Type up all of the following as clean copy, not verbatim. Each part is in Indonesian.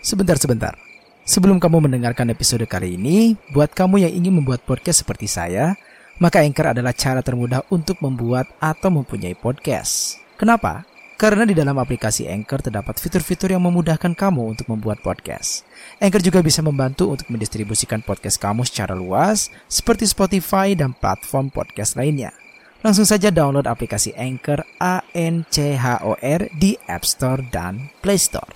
Sebentar. Sebelum kamu mendengarkan episode kali ini, buat kamu yang ingin membuat podcast seperti saya, maka Anchor adalah cara termudah untuk membuat atau mempunyai podcast. Kenapa? Karena di dalam aplikasi Anchor terdapat fitur-fitur yang memudahkan kamu untuk membuat podcast. Anchor juga bisa membantu untuk mendistribusikan podcast kamu secara luas, seperti Spotify dan platform podcast lainnya. Langsung saja download aplikasi Anchor ANCHOR di App Store dan Play Store.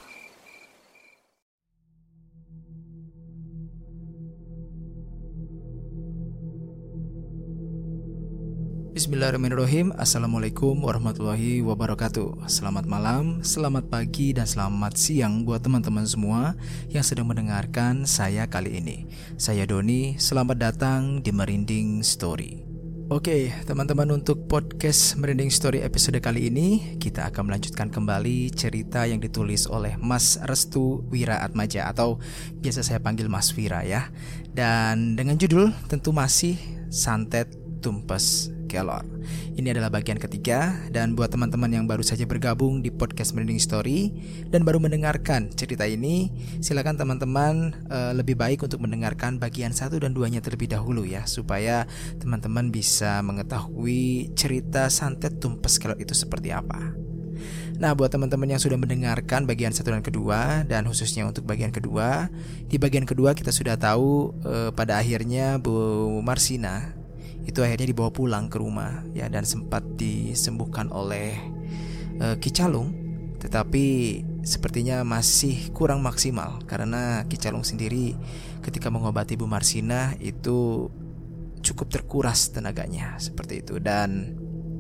Bismillahirrahmanirrahim. Assalamualaikum warahmatullahi wabarakatuh. Selamat malam, selamat pagi, dan selamat siang buat teman-teman semua yang sedang mendengarkan saya kali ini. Saya Doni, selamat datang di Merinding Story. Oke, teman-teman, untuk podcast Merinding Story episode kali ini kita akan melanjutkan kembali cerita yang ditulis oleh Mas Restu Wiraatmaja atau biasa saya panggil Mas Wira ya. Dan dengan judul tentu masih Santet Tumpes Kelor. Ini adalah bagian ketiga, dan buat teman-teman yang baru saja bergabung di podcast Merinding Story dan baru mendengarkan cerita ini, silakan teman-teman lebih baik untuk mendengarkan bagian 1 dan 2-nya terlebih dahulu ya, supaya teman-teman bisa mengetahui cerita Santet Tumpes Kelor itu seperti apa. Nah, buat teman-teman yang sudah mendengarkan bagian 1 dan kedua, dan khususnya untuk bagian kedua, di bagian kedua kita sudah tahu pada akhirnya Bu Marsina itu akhirnya dibawa pulang ke rumah ya, dan sempat disembuhkan oleh Ki Calung, tetapi sepertinya masih kurang maksimal karena Ki Calung sendiri ketika mengobati Bu Marsina itu cukup terkuras tenaganya seperti itu. Dan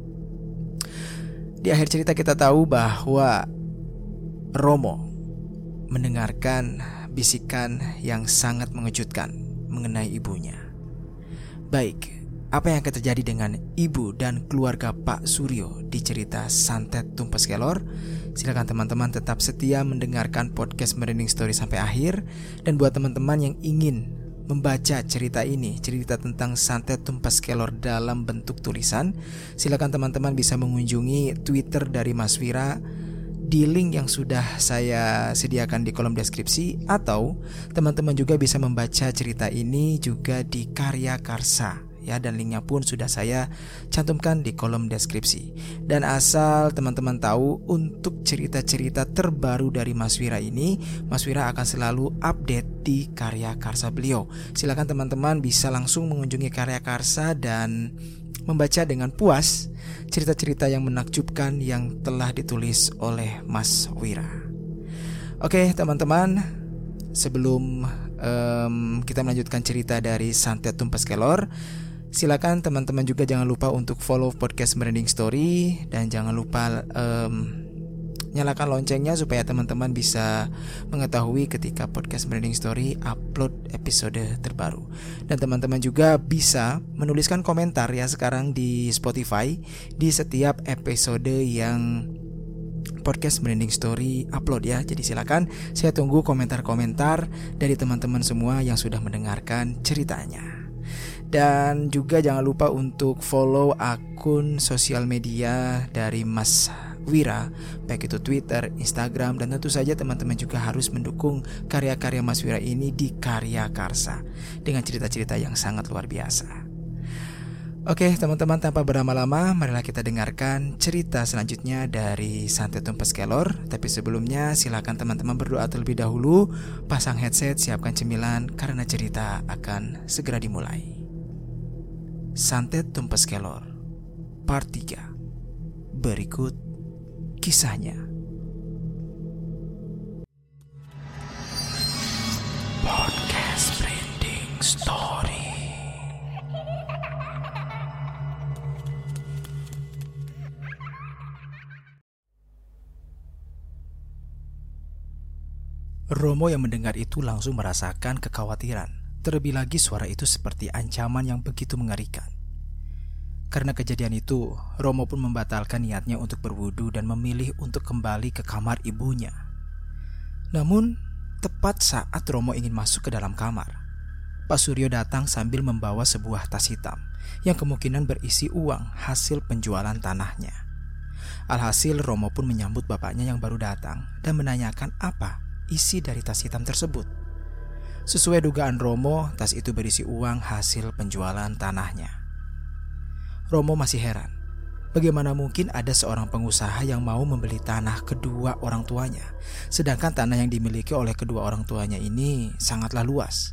di akhir cerita kita tahu bahwa Romo mendengarkan bisikan yang sangat mengejutkan mengenai ibunya. Baik, apa yang akan terjadi dengan ibu dan keluarga Pak Suryo di cerita Santet Tumpes Kelor? Silakan teman-teman tetap setia mendengarkan podcast Merinding Story sampai akhir. Dan buat teman-teman yang ingin membaca cerita ini, cerita tentang Santet Tumpes Kelor dalam bentuk tulisan, silakan teman-teman bisa mengunjungi Twitter dari Mas Wira di link yang sudah saya sediakan di kolom deskripsi, atau teman-teman juga bisa membaca cerita ini juga di Karya Karsa ya, dan linknya pun sudah saya cantumkan di kolom deskripsi. Dan asal teman-teman tahu, untuk cerita-cerita terbaru dari Mas Wira ini, Mas Wira akan selalu update di Karya Karsa beliau. Silakan teman-teman bisa langsung mengunjungi Karya Karsa dan membaca dengan puas cerita-cerita yang menakjubkan yang telah ditulis oleh Mas Wira. Oke teman-teman, sebelum kita melanjutkan cerita dari Santet Tumpes Kelor, silakan teman-teman juga jangan lupa untuk follow podcast Merinding Story, dan jangan lupa nyalakan loncengnya supaya teman-teman bisa mengetahui ketika podcast Merinding Story upload episode terbaru. Dan teman-teman juga bisa menuliskan komentar ya sekarang di Spotify di setiap episode yang podcast Merinding Story upload ya. Jadi silakan, saya tunggu komentar-komentar dari teman-teman semua yang sudah mendengarkan ceritanya. Dan juga jangan lupa untuk follow akun sosial media dari Mas Wira, baik itu Twitter, Instagram, dan tentu saja teman-teman juga harus mendukung karya-karya Mas Wira ini di Karya Karsa dengan cerita-cerita yang sangat luar biasa. Oke teman-teman, tanpa berlama-lama, marilah kita dengarkan cerita selanjutnya dari Santet Tumpes Kelor. Tapi sebelumnya silakan teman-teman berdoa terlebih dahulu, pasang headset, siapkan cemilan, karena cerita akan segera dimulai. Santet Tumpes Kelor Part 3. Berikut kisahnya. Podcast Merinding Story. Romo yang mendengar itu langsung merasakan kekhawatiran. Terlebih lagi suara itu seperti ancaman yang begitu mengerikan. Karena kejadian itu, Romo pun membatalkan niatnya untuk berwudu dan memilih untuk kembali ke kamar ibunya. Namun, tepat saat Romo ingin masuk ke dalam kamar, Pak Suryo datang sambil membawa sebuah tas hitam yang kemungkinan berisi uang hasil penjualan tanahnya. Alhasil Romo pun menyambut bapaknya yang baru datang dan menanyakan apa isi dari tas hitam tersebut. Sesuai dugaan Romo, tas itu berisi uang hasil penjualan tanahnya. Romo masih heran, bagaimana mungkin ada seorang pengusaha yang mau membeli tanah kedua orang tuanya, sedangkan tanah yang dimiliki oleh kedua orang tuanya ini sangatlah luas.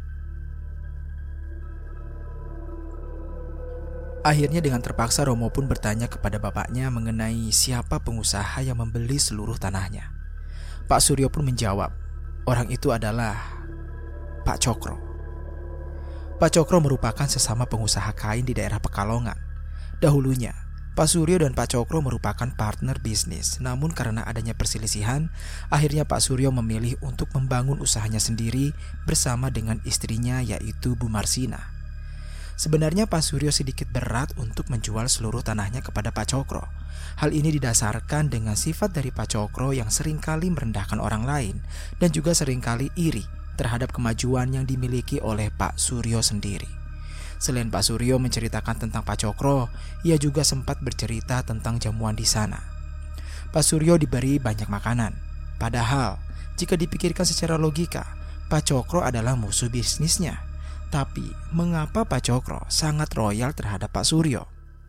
Akhirnya dengan terpaksa Romo pun bertanya kepada bapaknya mengenai siapa pengusaha yang membeli seluruh tanahnya. Pak Suryo pun menjawab, orang itu adalah Pak Cokro. Pak Cokro merupakan sesama pengusaha kain di daerah Pekalongan. Dahulunya, Pak Suryo dan Pak Cokro merupakan partner bisnis, namun karena adanya perselisihan, akhirnya Pak Suryo memilih untuk membangun usahanya sendiri bersama dengan istrinya yaitu Bu Marsina. Sebenarnya Pak Suryo sedikit berat untuk menjual seluruh tanahnya kepada Pak Cokro. Hal ini didasarkan dengan sifat dari Pak Cokro yang seringkali merendahkan orang lain dan juga seringkali iri terhadap kemajuan yang dimiliki oleh Pak Suryo sendiri. Selain Pak Suryo menceritakan tentang Pak Cokro, ia juga sempat bercerita tentang jamuan di sana. Pak Suryo diberi banyak makanan. Padahal, jika dipikirkan secara logika, Pak Cokro adalah musuh bisnisnya. Tapi, mengapa Pak Cokro sangat royal terhadap Pak Suryo?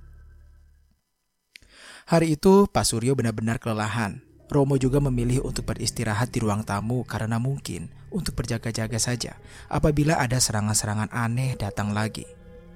Hari itu, Pak Suryo benar-benar kelelahan. Romo juga memilih untuk beristirahat di ruang tamu karena mungkin untuk berjaga-jaga saja apabila ada serangan-serangan aneh datang lagi.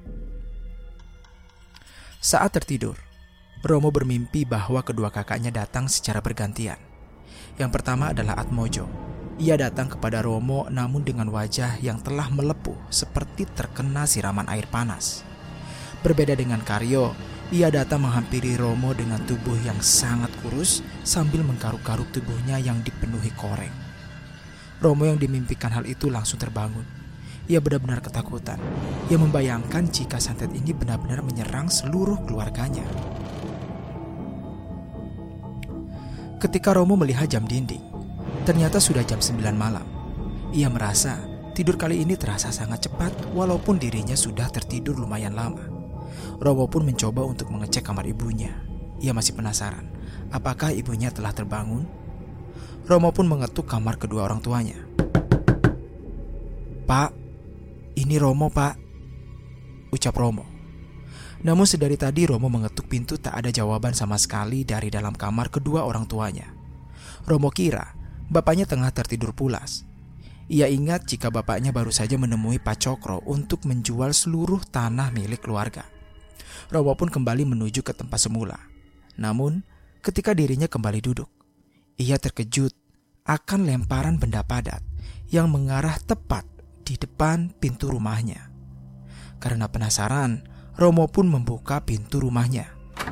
Saat tertidur, Romo bermimpi bahwa kedua kakaknya datang secara bergantian. Yang pertama adalah Atmojo. Ia datang kepada Romo namun dengan wajah yang telah melepuh seperti terkena siraman air panas. Berbeda dengan Karyo, ia datang menghampiri Romo dengan tubuh yang sangat kurus sambil menggaruk-garuk tubuhnya yang dipenuhi koreng. Romo yang dimimpikan hal itu langsung terbangun. Ia benar-benar ketakutan. Ia membayangkan jika santet ini benar-benar menyerang seluruh keluarganya. Ketika Romo melihat jam dinding, ternyata sudah jam 9 malam. Ia merasa tidur kali ini terasa sangat cepat walaupun dirinya sudah tertidur lumayan lama. Romo pun mencoba untuk mengecek kamar ibunya. Ia masih penasaran, apakah ibunya telah terbangun? Romo pun mengetuk kamar kedua orang tuanya. "Pak, ini Romo, Pak," ucap Romo. Namun sedari tadi Romo mengetuk pintu tak ada jawaban sama sekali dari dalam kamar kedua orang tuanya. Romo kira bapaknya tengah tertidur pulas. Ia ingat jika bapaknya baru saja menemui Pak Cokro untuk menjual seluruh tanah milik keluarga. Romo pun kembali menuju ke tempat semula. Namun, ketika dirinya kembali duduk, ia terkejut akan lemparan benda padat yang mengarah tepat di depan pintu rumahnya. Karena penasaran, Romo pun membuka pintu rumahnya.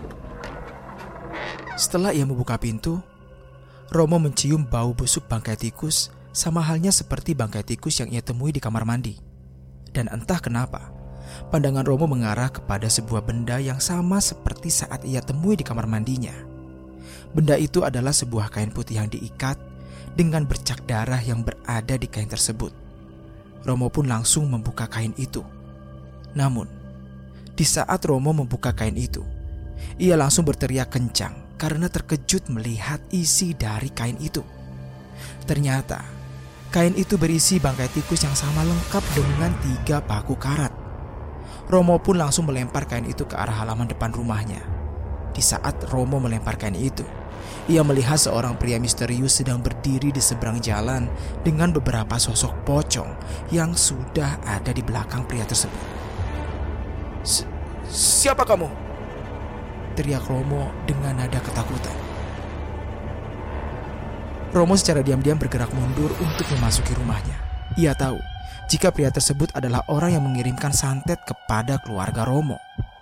Setelah ia membuka pintu, Romo mencium bau busuk bangkai tikus sama halnya seperti bangkai tikus yang ia temui di kamar mandi. Dan entah kenapa, pandangan Romo mengarah kepada sebuah benda yang sama seperti saat ia temui di kamar mandinya. Benda itu adalah sebuah kain putih yang diikat dengan bercak darah yang berada di kain tersebut. Romo pun langsung membuka kain itu. Namun, di saat Romo membuka kain itu, ia langsung berteriak kencang karena terkejut melihat isi dari kain itu. Ternyata, kain itu berisi bangkai tikus yang sama lengkap dengan 3 paku karat. Romo pun langsung melempar kain itu ke arah halaman depan rumahnya. Di saat Romo melempar kain itu, ia melihat seorang pria misterius sedang berdiri di seberang jalan dengan beberapa sosok pocong yang sudah ada di belakang pria tersebut. "Siapa kamu?" teriak Romo dengan nada ketakutan. Romo secara diam-diam bergerak mundur untuk memasuki rumahnya. Ia tahu jika pria tersebut adalah orang yang mengirimkan santet kepada keluarga Romo.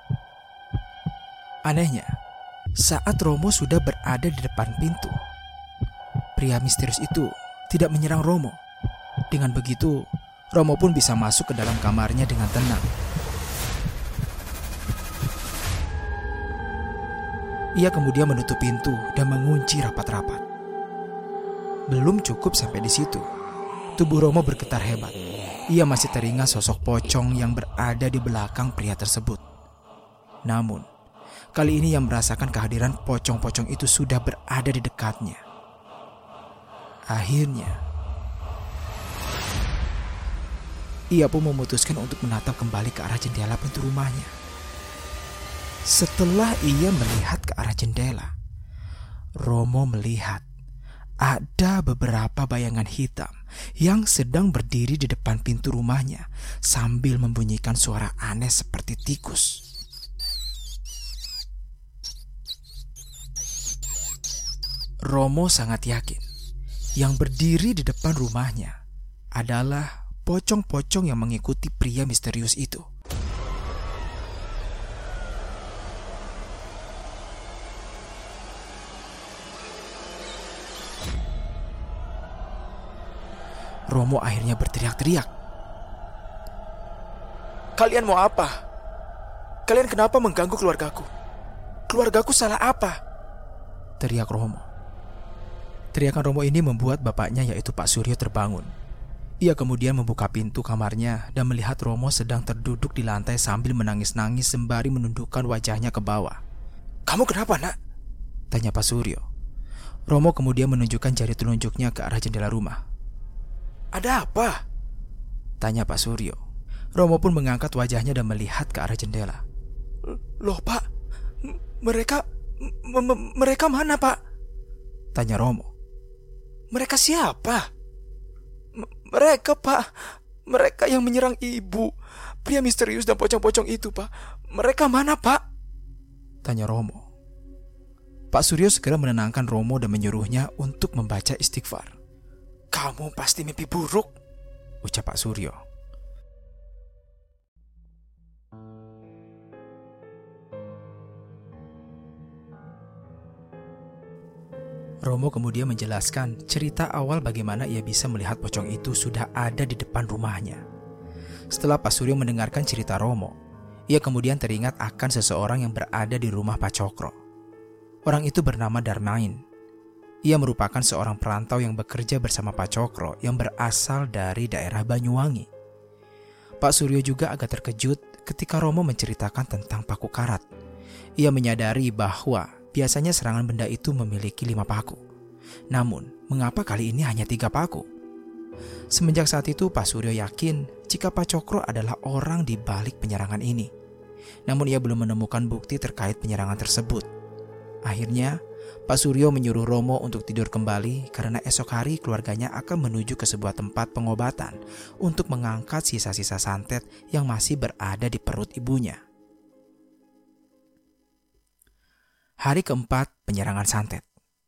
Anehnya, saat Romo sudah berada di depan pintu, pria misterius itu tidak menyerang Romo. Dengan begitu, Romo pun bisa masuk ke dalam kamarnya dengan tenang. Ia kemudian menutup pintu dan mengunci rapat-rapat. Belum cukup sampai di situ, tubuh Romo bergetar hebat. Ia masih teringat sosok pocong yang berada di belakang pria tersebut. Namun, kali ini ia merasakan kehadiran pocong-pocong itu sudah berada di dekatnya. Akhirnya, ia pun memutuskan untuk menatap kembali ke arah jendela pintu rumahnya. Setelah ia melihat ke arah jendela, Romo melihat ada beberapa bayangan hitam yang sedang berdiri di depan pintu rumahnya sambil membunyikan suara aneh seperti tikus. Romo sangat yakin yang berdiri di depan rumahnya adalah pocong-pocong yang mengikuti pria misterius itu. Romo akhirnya berteriak-teriak. "Kalian mau apa? Kalian kenapa mengganggu keluargaku? Keluargaku salah apa?" teriak Romo. Teriakan Romo ini membuat bapaknya yaitu Pak Suryo terbangun. Ia kemudian membuka pintu kamarnya dan melihat Romo sedang terduduk di lantai sambil menangis-nangis sembari menundukkan wajahnya ke bawah. "Kamu kenapa, Nak?" tanya Pak Suryo. Romo kemudian menunjukkan jari telunjuknya ke arah jendela rumah. "Ada apa?" tanya Pak Suryo. Romo pun mengangkat wajahnya dan melihat ke arah jendela. "Loh Pak, mereka mana Pak?" tanya Romo. "Mereka siapa?" "Mereka Pak, mereka yang menyerang ibu. Pria misterius dan pocong-pocong itu Pak. Mereka mana Pak?" tanya Romo. Pak Suryo segera menenangkan Romo dan menyuruhnya untuk membaca istighfar. "Kamu pasti mimpi buruk," ucap Pak Suryo. Romo kemudian menjelaskan cerita awal bagaimana ia bisa melihat pocong itu sudah ada di depan rumahnya. Setelah Pak Suryo mendengarkan cerita Romo, ia kemudian teringat akan seseorang yang berada di rumah Pak Cokro. Orang itu bernama Darmain. Ia merupakan seorang perantau yang bekerja bersama Pak Cokro yang berasal dari daerah Banyuwangi. Pak Suryo juga agak terkejut ketika Romo menceritakan tentang paku karat. Ia menyadari bahwa biasanya serangan benda itu memiliki 5 paku. Namun, mengapa kali ini hanya 3 paku? Semenjak saat itu, Pak Suryo yakin jika Pak Cokro adalah orang di balik penyerangan ini. Namun ia belum menemukan bukti terkait penyerangan tersebut. Akhirnya, Pak Suryo menyuruh Romo untuk tidur kembali karena esok hari keluarganya akan menuju ke sebuah tempat pengobatan untuk mengangkat sisa-sisa santet yang masih berada di perut ibunya. Hari keempat penyerangan santet.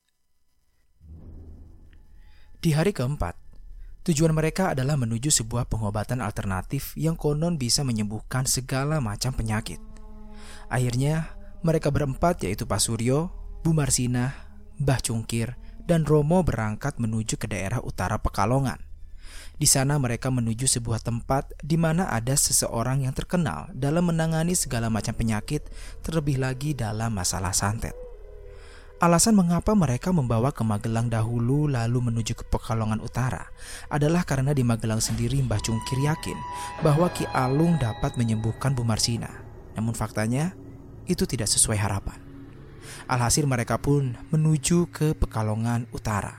Di hari keempat, tujuan mereka adalah menuju sebuah pengobatan alternatif yang konon bisa menyembuhkan segala macam penyakit. Akhirnya, mereka berempat yaitu Pak Suryo, Bu Marsinah, Mbah Cungkir, dan Romo berangkat menuju ke daerah utara Pekalongan. Di sana mereka menuju sebuah tempat di mana ada seseorang yang terkenal dalam menangani segala macam penyakit, terlebih lagi dalam masalah santet. Alasan mengapa mereka membawa ke Magelang dahulu lalu menuju ke Pekalongan Utara adalah karena di Magelang sendiri Mbah Cungkir yakin bahwa Ki Alung dapat menyembuhkan Bu Marsinah. Namun faktanya itu tidak sesuai harapan. Alhasil mereka pun menuju ke Pekalongan Utara.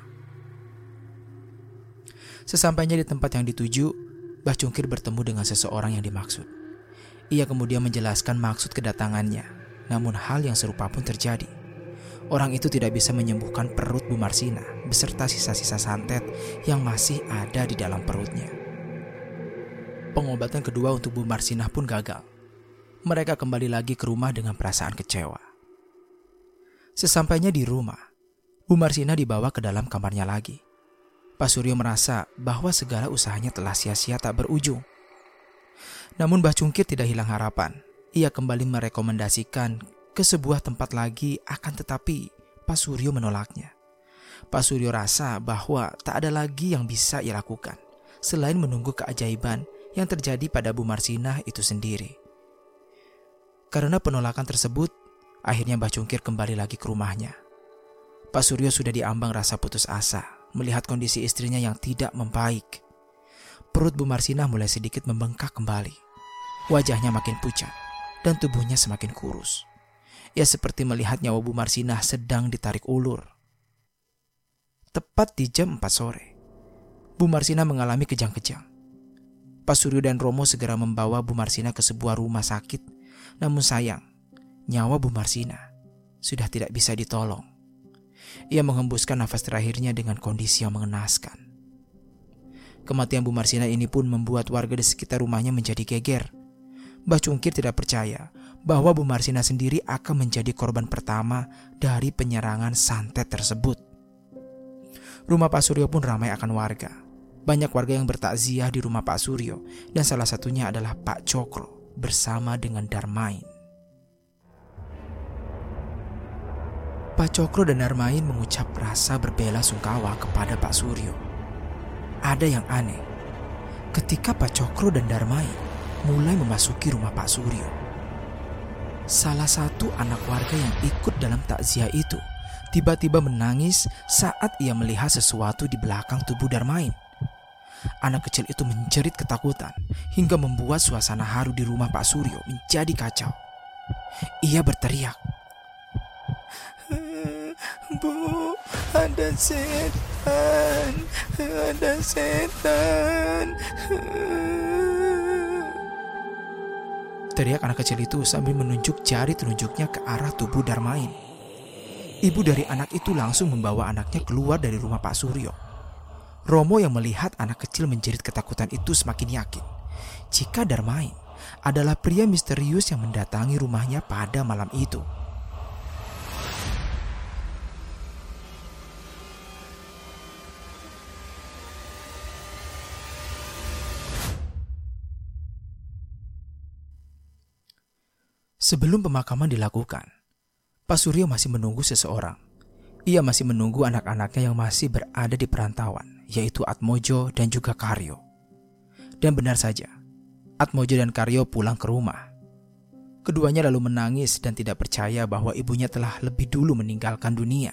Sesampainya di tempat yang dituju, Mbah Cungkir bertemu dengan seseorang yang dimaksud. Ia kemudian menjelaskan maksud kedatangannya, namun hal yang serupa pun terjadi. Orang itu tidak bisa menyembuhkan perut Bu Marsinah beserta sisa-sisa santet yang masih ada di dalam perutnya. Pengobatan kedua untuk Bu Marsinah pun gagal. Mereka kembali lagi ke rumah dengan perasaan kecewa. Sesampainya di rumah, Bu Marsinah dibawa ke dalam kamarnya lagi. Pak Suryo merasa bahwa segala usahanya telah sia-sia tak berujung. Namun Mbah Cungkir tidak hilang harapan. Ia kembali merekomendasikan ke sebuah tempat lagi, akan tetapi Pak Suryo menolaknya. Pak Suryo rasa bahwa tak ada lagi yang bisa ia lakukan selain menunggu keajaiban yang terjadi pada Bu Marsinah itu sendiri. Karena penolakan tersebut, akhirnya Mbah Cungkir kembali lagi ke rumahnya. Pak Suryo sudah diambang rasa putus asa melihat kondisi istrinya yang tidak membaik. Perut Bu Marsinah mulai sedikit membengkak kembali. Wajahnya makin pucat dan tubuhnya semakin kurus. Ia seperti melihat nyawa Bu Marsinah sedang ditarik ulur. tepat di jam 4 sore. Bu Marsina mengalami kejang-kejang. Pak Suryo dan Romo segera membawa Bu Marsina ke sebuah rumah sakit. Namun sayang, nyawa Bu Marsina sudah tidak bisa ditolong. Ia menghembuskan nafas terakhirnya dengan kondisi yang mengenaskan. Kematian Bu Marsina ini pun membuat warga di sekitar rumahnya menjadi geger. Mbah Cungkir tidak percaya bahwa Bu Marsina sendiri akan menjadi korban pertama dari penyerangan santet tersebut. Rumah Pak Suryo pun ramai akan warga. Banyak warga yang bertakziah di rumah Pak Suryo, dan salah satunya adalah Pak Cokro bersama dengan Darmain. Pak Cokro dan Darmain mengucap rasa berbela sungkawa kepada Pak Suryo. Ada yang aneh, ketika Pak Cokro dan Darmain mulai memasuki rumah Pak Suryo, salah satu anak warga yang ikut dalam takziah itu tiba-tiba menangis saat ia melihat sesuatu di belakang tubuh Darmain. Anak kecil itu menjerit ketakutan hingga membuat suasana haru di rumah Pak Suryo menjadi kacau. Ia berteriak, "Bu, ada setan, ada setan." Teriak anak kecil itu sambil menunjuk jari telunjuknya ke arah tubuh Darmain. Ibu dari anak itu langsung membawa anaknya keluar dari rumah Pak Suryo. Romo yang melihat anak kecil menjerit ketakutan itu semakin yakin jika Darmain adalah pria misterius yang mendatangi rumahnya pada malam itu. Sebelum pemakaman dilakukan, Pak Suryo masih menunggu seseorang. Ia masih menunggu anak-anaknya yang masih berada di perantauan, yaitu Atmojo dan juga Karyo. Dan benar saja, Atmojo dan Karyo pulang ke rumah. Keduanya lalu menangis dan tidak percaya bahwa ibunya telah lebih dulu meninggalkan dunia.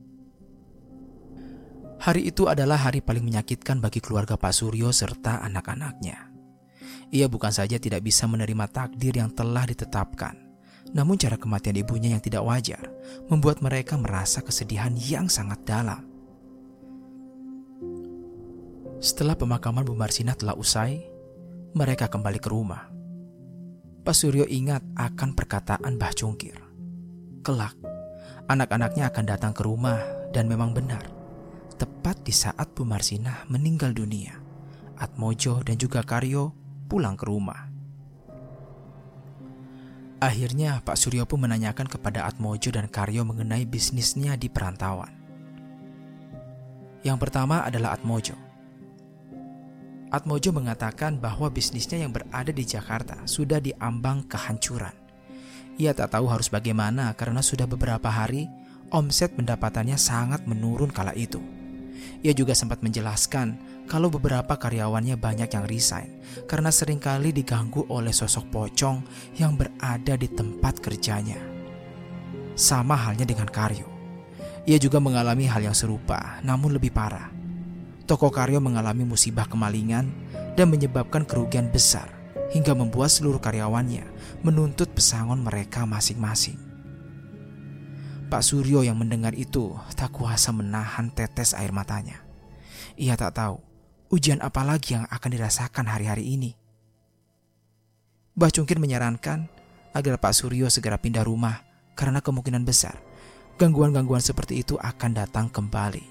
Hari itu adalah hari paling menyakitkan bagi keluarga Pak Suryo serta anak-anaknya. Ia bukan saja tidak bisa menerima takdir yang telah ditetapkan, namun cara kematian ibunya yang tidak wajar membuat mereka merasa kesedihan yang sangat dalam. Setelah pemakaman Bu Marsina telah usai, mereka kembali ke rumah. Pak Suryo ingat akan perkataan Mbah Cungkir. Kelak, anak-anaknya akan datang ke rumah, dan memang benar. Tepat di saat Bu Marsina meninggal dunia, Atmojo dan juga Karyo pulang ke rumah. Akhirnya Pak Suryo pun menanyakan kepada Atmojo dan Karyo mengenai bisnisnya di perantauan. Yang pertama adalah Atmojo. Atmojo mengatakan bahwa bisnisnya yang berada di Jakarta sudah diambang kehancuran. Ia tak tahu harus bagaimana karena sudah beberapa hari omset pendapatannya sangat menurun kala itu. Ia juga sempat menjelaskan kalau beberapa karyawannya banyak yang resign karena seringkali diganggu oleh sosok pocong yang berada di tempat kerjanya. Sama halnya dengan Karyo. Ia juga mengalami hal yang serupa, namun lebih parah. Toko Karyo mengalami musibah kemalingan dan menyebabkan kerugian besar hingga membuat seluruh karyawannya menuntut pesangon mereka masing-masing. Pak Suryo yang mendengar itu tak kuasa menahan tetes air matanya. Ia tak tahu ujian apa lagi yang akan dirasakan hari-hari ini. Mbah Cungkir menyarankan agar Pak Suryo segera pindah rumah karena kemungkinan besar gangguan-gangguan seperti itu akan datang kembali.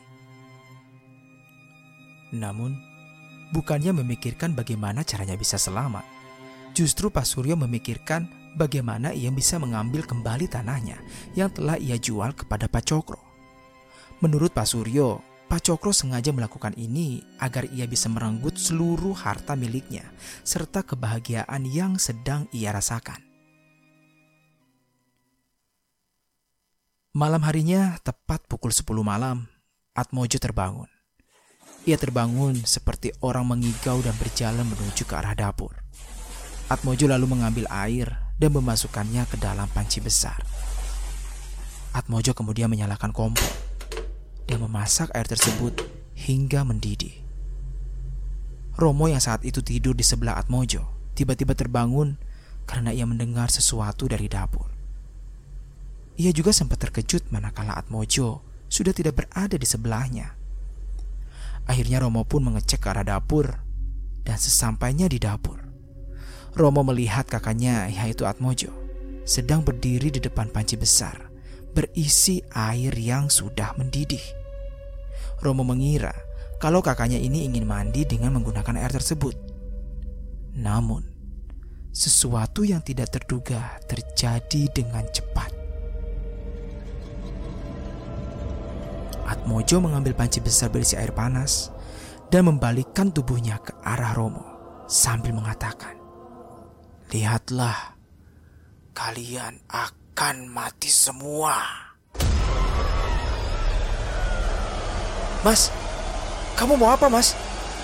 Namun, bukannya memikirkan bagaimana caranya bisa selamat. Justru Pak Suryo memikirkan bagaimana ia bisa mengambil kembali tanahnya yang telah ia jual kepada Pak Cokro. Menurut Pak Suryo, Pak Cokro sengaja melakukan ini agar ia bisa merenggut seluruh harta miliknya serta kebahagiaan yang sedang ia rasakan. Malam harinya, tepat pukul 10 malam, Atmojo terbangun. Ia terbangun seperti orang mengigau dan berjalan menuju ke arah dapur. Atmojo lalu mengambil air dan memasukkannya ke dalam panci besar. Atmojo kemudian menyalakan kompor dan memasak air tersebut hingga mendidih. Romo yang saat itu tidur di sebelah Atmojo tiba-tiba terbangun karena ia mendengar sesuatu dari dapur. Ia juga sempat terkejut manakala Atmojo sudah tidak berada di sebelahnya. Akhirnya Romo pun mengecek ke arah dapur. Dan sesampainya di dapur, Romo melihat kakaknya, yaitu Atmojo, sedang berdiri di depan panci besar berisi air yang sudah mendidih. Romo mengira kalau kakaknya ini ingin mandi dengan menggunakan air tersebut. Namun, sesuatu yang tidak terduga terjadi dengan cepat. Atmojo mengambil panci besar berisi air panas dan membalikkan tubuhnya ke arah Romo sambil mengatakan, "Lihatlah, kalian akan mati semua." "Mas, kamu mau apa, Mas?"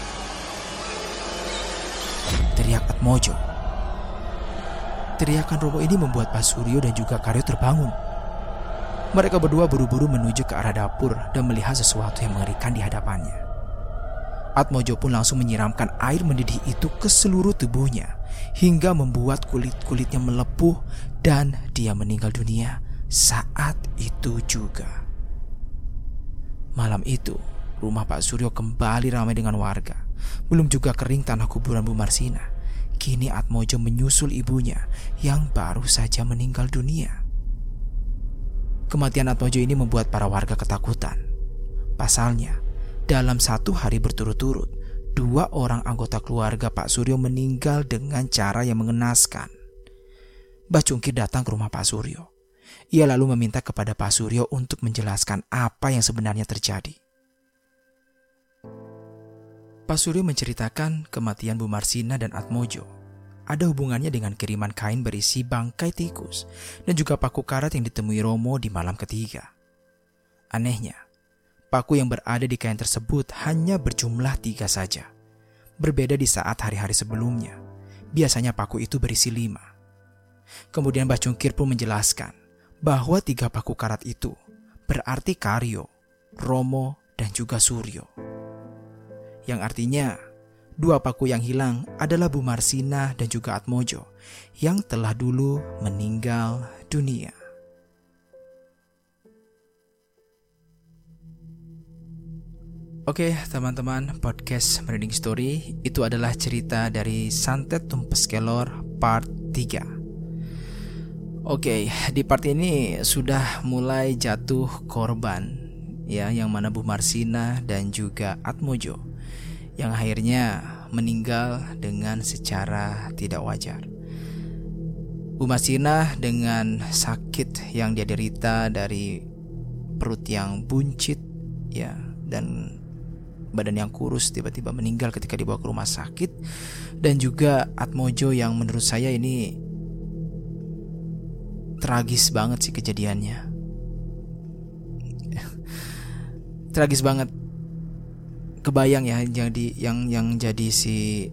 teriak Atmojo. Teriakan Romo ini membuat Pak Suryo dan juga Karyo terbangun. Mereka berdua buru-buru menuju ke arah dapur dan melihat sesuatu yang mengerikan di hadapannya. Atmojo pun langsung menyiramkan air mendidih itu ke seluruh tubuhnya hingga membuat kulit-kulitnya melepuh dan dia meninggal dunia saat itu juga. Malam itu, rumah Pak Suryo kembali ramai dengan warga. Belum juga kering tanah kuburan Bu Marsina. Kini Atmojo menyusul ibunya yang baru saja meninggal dunia. Kematian Atmojo ini membuat para warga ketakutan. Pasalnya, dalam 1 hari berturut-turut, 2 orang anggota keluarga Pak Suryo meninggal dengan cara yang mengenaskan. Mbah Cungkir datang ke rumah Pak Suryo. Ia lalu meminta kepada Pak Suryo untuk menjelaskan apa yang sebenarnya terjadi. Pak Suryo menceritakan kematian Bu Marsina dan Atmojo ada hubungannya dengan kiriman kain berisi bangkai tikus dan juga paku karat yang ditemui Romo di malam ketiga. Anehnya, paku yang berada di kain tersebut hanya berjumlah 3 saja. Berbeda di saat hari-hari sebelumnya. Biasanya paku itu berisi 5. Kemudian Mbah Cungkir pun menjelaskan bahwa 3 paku karat itu berarti Karyo, Romo, dan juga Suryo. Yang artinya 2 paku yang hilang adalah Bu Marsina dan juga Atmojo yang telah dulu meninggal dunia. Oke teman-teman, podcast Merinding Story itu adalah cerita dari Santet Tumpes Kelor part 3. Oke, di part ini sudah mulai jatuh korban ya, yang mana Bu Marsina dan juga Atmojo yang akhirnya meninggal dengan secara tidak wajar. Bu Marsina dengan sakit yang dia derita dari perut yang buncit ya, dan badan yang kurus tiba-tiba meninggal ketika dibawa ke rumah sakit. Dan juga Atmojo yang menurut saya ini tragis banget sih kejadiannya. Tragis banget. Kebayang ya yang jadi si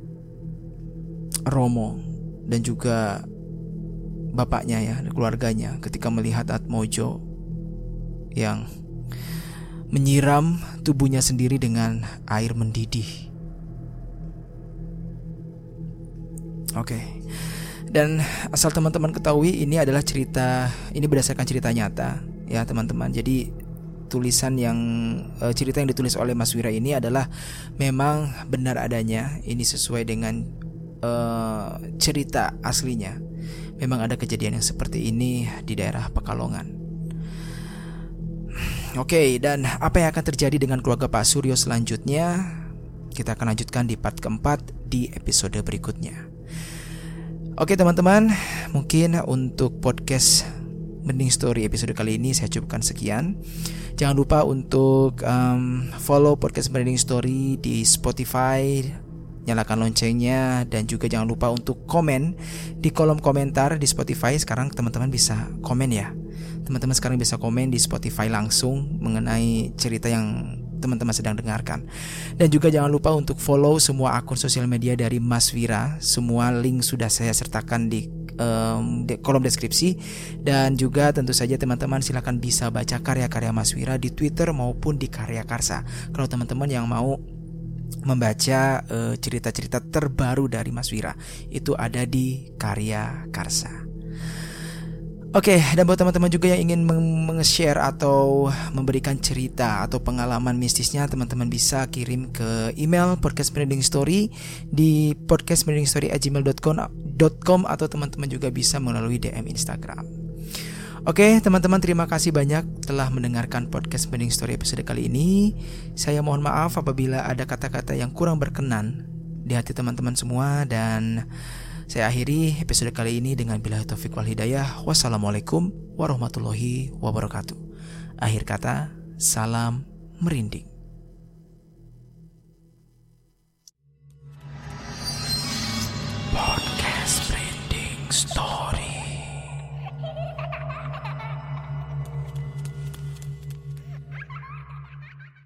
Romo dan juga bapaknya ya, keluarganya ketika melihat Atmojo yang menyiram tubuhnya sendiri dengan air mendidih. Oke. Dan asal teman-teman ketahui, ini adalah cerita, ini berdasarkan cerita nyata ya teman-teman. Jadi cerita yang ditulis oleh Mas Wira ini adalah memang benar adanya. Ini sesuai dengan cerita aslinya. Memang ada kejadian yang seperti ini di daerah Pekalongan. Oke, dan apa yang akan terjadi dengan keluarga Pak Suryo selanjutnya, kita akan lanjutkan di part keempat di episode berikutnya. Oke teman-teman, mungkin untuk podcast Merinding Story episode kali ini saya cukupkan sekian. Jangan lupa untuk follow podcast Merinding Story di Spotify, nyalakan loncengnya, dan juga jangan lupa untuk komen di kolom komentar di Spotify. Sekarang teman-teman bisa komen ya. Teman-teman sekarang bisa komen di Spotify langsung mengenai cerita yang teman-teman sedang dengarkan. Dan juga jangan lupa untuk follow semua akun sosial media dari Mas Wira. Semua link sudah saya sertakan di kolom deskripsi. Dan juga tentu saja teman-teman silakan bisa baca karya-karya Mas Wira di Twitter maupun di Karya Karsa. Kalau teman-teman yang mau membaca cerita-cerita terbaru dari Mas Wira, itu ada di Karya Karsa. Oke, dan buat teman-teman juga yang ingin meng-share atau memberikan cerita atau pengalaman mistisnya, teman-teman bisa kirim ke email Podcast Merinding Story di podcastmerindingstory@gmail.com atau teman-teman juga bisa melalui DM Instagram. Oke, teman-teman, terima kasih banyak telah mendengarkan Podcast Merinding Story episode kali ini. Saya mohon maaf apabila ada kata-kata yang kurang berkenan di hati teman-teman semua, dan saya akhiri episode kali ini dengan billahi taufik wal hidayah. Wassalamualaikum warahmatullahi wabarakatuh. Akhir kata, salam merinding. Podcast Merinding Story.